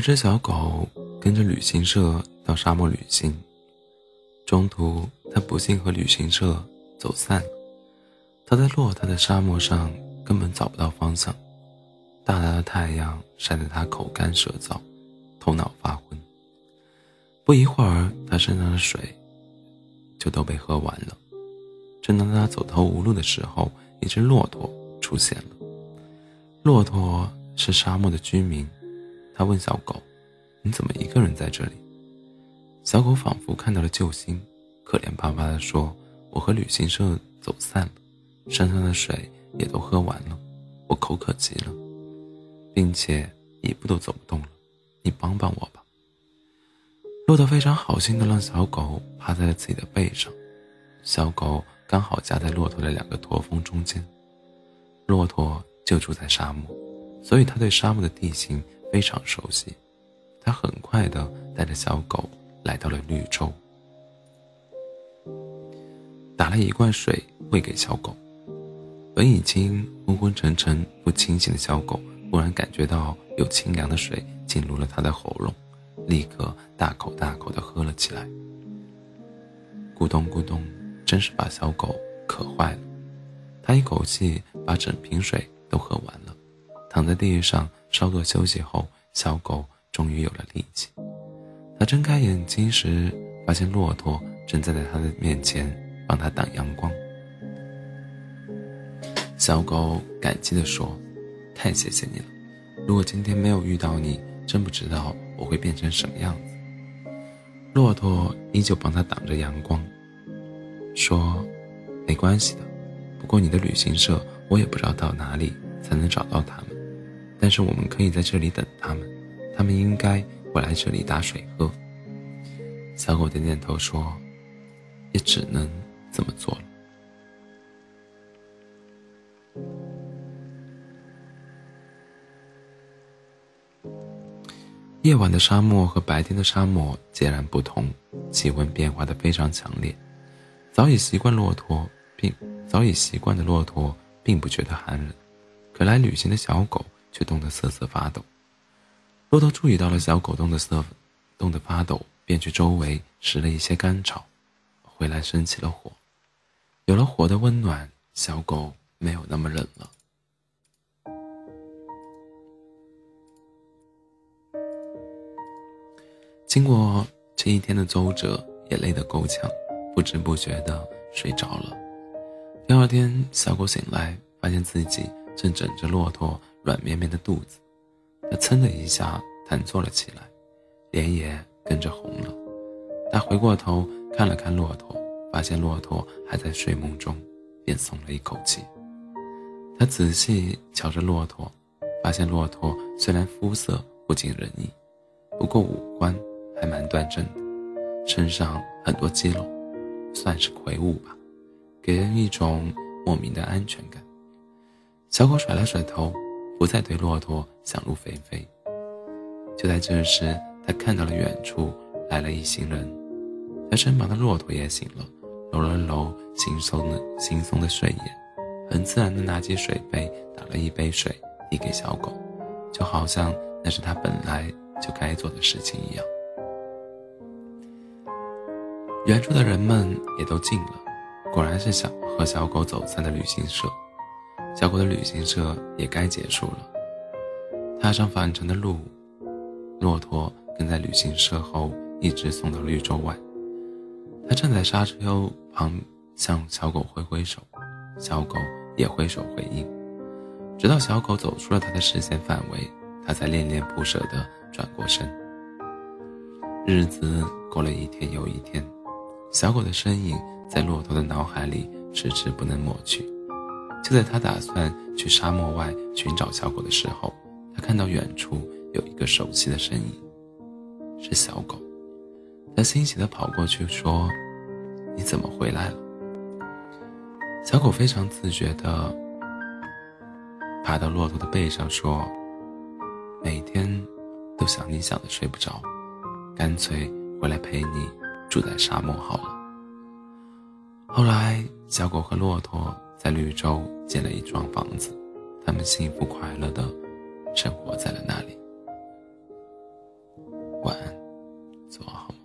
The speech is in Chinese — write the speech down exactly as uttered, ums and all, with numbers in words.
一只小狗跟着旅行社到沙漠旅行，中途它不幸和旅行社走散了。它在落它的沙漠上根本找不到方向，大大的太阳晒得它口干舌燥，头脑发昏。不一会儿，它身上的水就都被喝完了。正当它走投无路的时候，一只骆驼出现了。骆驼是沙漠的居民，他问小狗：“你怎么一个人在这里？”小狗仿佛看到了救星，可怜巴巴地说：“我和旅行社走散了，山上的水也都喝完了，我口渴极了，并且一步都走不动了，你帮帮我吧。”骆驼非常好心地让小狗趴在了自己的背上，小狗刚好夹在骆驼的两个驼峰中间。骆驼就住在沙漠，所以他对沙漠的地形非常熟悉。他很快地带着小狗来到了绿洲，打了一罐水喂给小狗。本已经昏昏沉沉不清醒的小狗忽然感觉到有清凉的水进入了他的喉咙，立刻大口大口地喝了起来。咕咚咕咚，真是把小狗渴坏了。他一口气把整瓶水都喝完了，躺在地上稍作休息后，小狗终于有了力气。他睁开眼睛时，发现骆驼正站在他的面前帮他挡阳光。小狗感激地说：“太谢谢你了，如果今天没有遇到你，真不知道我会变成什么样子。”骆驼依旧帮他挡着阳光，说：“没关系的，不过你的旅行社我也不知道到哪里才能找到他们，但是我们可以在这里等他们，他们应该会来这里打水喝。”小狗点点头说：“也只能这么做了。”夜晚的沙漠和白天的沙漠截然不同，气温变化得非常强烈。早已习惯骆驼并早已习惯的骆驼并不觉得寒冷，可来旅行的小狗却冻得瑟瑟发抖。骆驼注意到了小狗冻得瑟冻得发抖，便去周围拾了一些干草，回来生起了火。有了火的温暖，小狗没有那么冷了。经过这一天的周折，也累得够呛，不知不觉地睡着了。第二天，小狗醒来，发现自己正枕着骆驼软绵绵的肚子，它噌的一下弹坐了起来，脸也跟着红了。它回过头看了看骆驼，发现骆驼还在睡梦中，便松了一口气。它仔细瞧着骆驼，发现骆驼虽然肤色不尽人意，不过五官还蛮端正的，身上很多肌肉，算是魁梧吧，给人一种莫名的安全感。小狗甩了甩头，不再对骆驼想入非非。就在这时，他看到了远处来了一行人，他身旁的骆驼也醒了，揉了揉惺忪的惺忪的睡眼，很自然地拿起水杯打了一杯水递给小狗，就好像那是他本来就该做的事情一样。远处的人们也都静了，果然是小和小狗走散的旅行社。小狗的旅行社也该结束了。踏上返程的路，骆驼跟在旅行社后一直送到绿洲外。他站在沙丘旁向小狗挥挥手，小狗也挥手回应，直到小狗走出了他的视线范围，他才恋恋不舍地转过身。日子过了一天又一天，小狗的身影在骆驼的脑海里迟迟不能抹去。就在他打算去沙漠外寻找小狗的时候，他看到远处有一个熟悉的身影，是小狗。他欣喜地跑过去说：“你怎么回来了？”小狗非常自觉地爬到骆驼的背上说：“每天都想你想的睡不着，干脆回来陪你住在沙漠好了。”后来，小狗和骆驼在绿洲建了一幢房子，他们幸福快乐地生活在了那里。 做好梦。